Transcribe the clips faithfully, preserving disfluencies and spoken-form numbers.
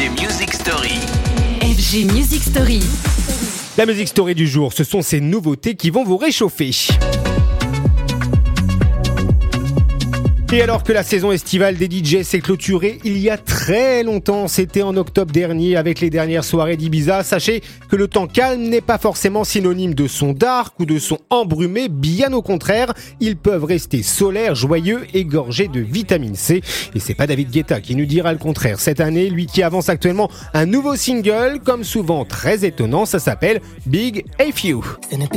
G Music Story. F G Music Story. La Music Story du jour, ce sont ces nouveautés qui vont vous réchauffer. Et alors que la saison estivale des D J s'est clôturée il y a très longtemps, c'était en octobre dernier avec les dernières soirées d'Ibiza, sachez que le temps calme n'est pas forcément synonyme de son dark ou de son embrumé, bien au contraire, ils peuvent rester solaires, joyeux et gorgés de vitamine C. Et c'est pas David Guetta qui nous dira le contraire cette année, lui qui avance actuellement un nouveau single, comme souvent très étonnant, ça s'appelle Big F U.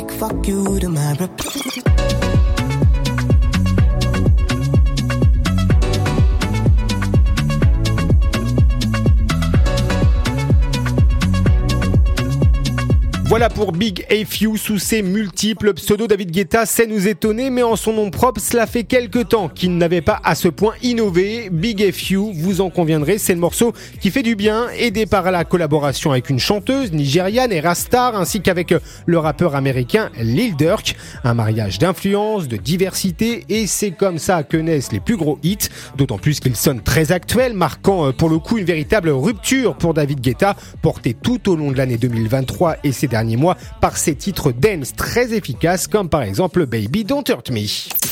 Voilà pour Big F U sous ses multiples pseudos. David Guetta sait nous étonner, mais en son nom propre, cela fait quelque temps qu'il n'avait pas à ce point innové. Big F U, vous en conviendrez, c'est le morceau qui fait du bien, aidé par la collaboration avec une chanteuse nigériane, Era Star, ainsi qu'avec le rappeur américain Lil Durk. Un mariage d'influence, de diversité, et c'est comme ça que naissent les plus gros hits, d'autant plus qu'ils sonnent très actuels, marquant pour le coup une véritable rupture pour David Guetta, portée tout au long de l'année deux mille vingt-trois et ses derniers mois par ses titres dance très efficaces comme par exemple Baby Don't Hurt Me.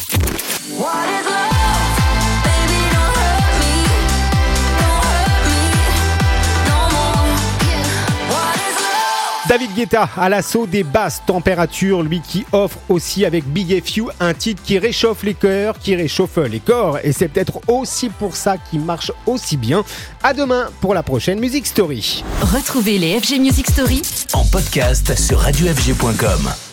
David Guetta à l'assaut des basses températures, lui qui offre aussi avec Big F U un titre qui réchauffe les cœurs, qui réchauffe les corps, et c'est peut-être aussi pour ça qu'il marche aussi bien. À demain pour la prochaine Music Story. Retrouvez les F G Music Story En podcast sur radio f g point com.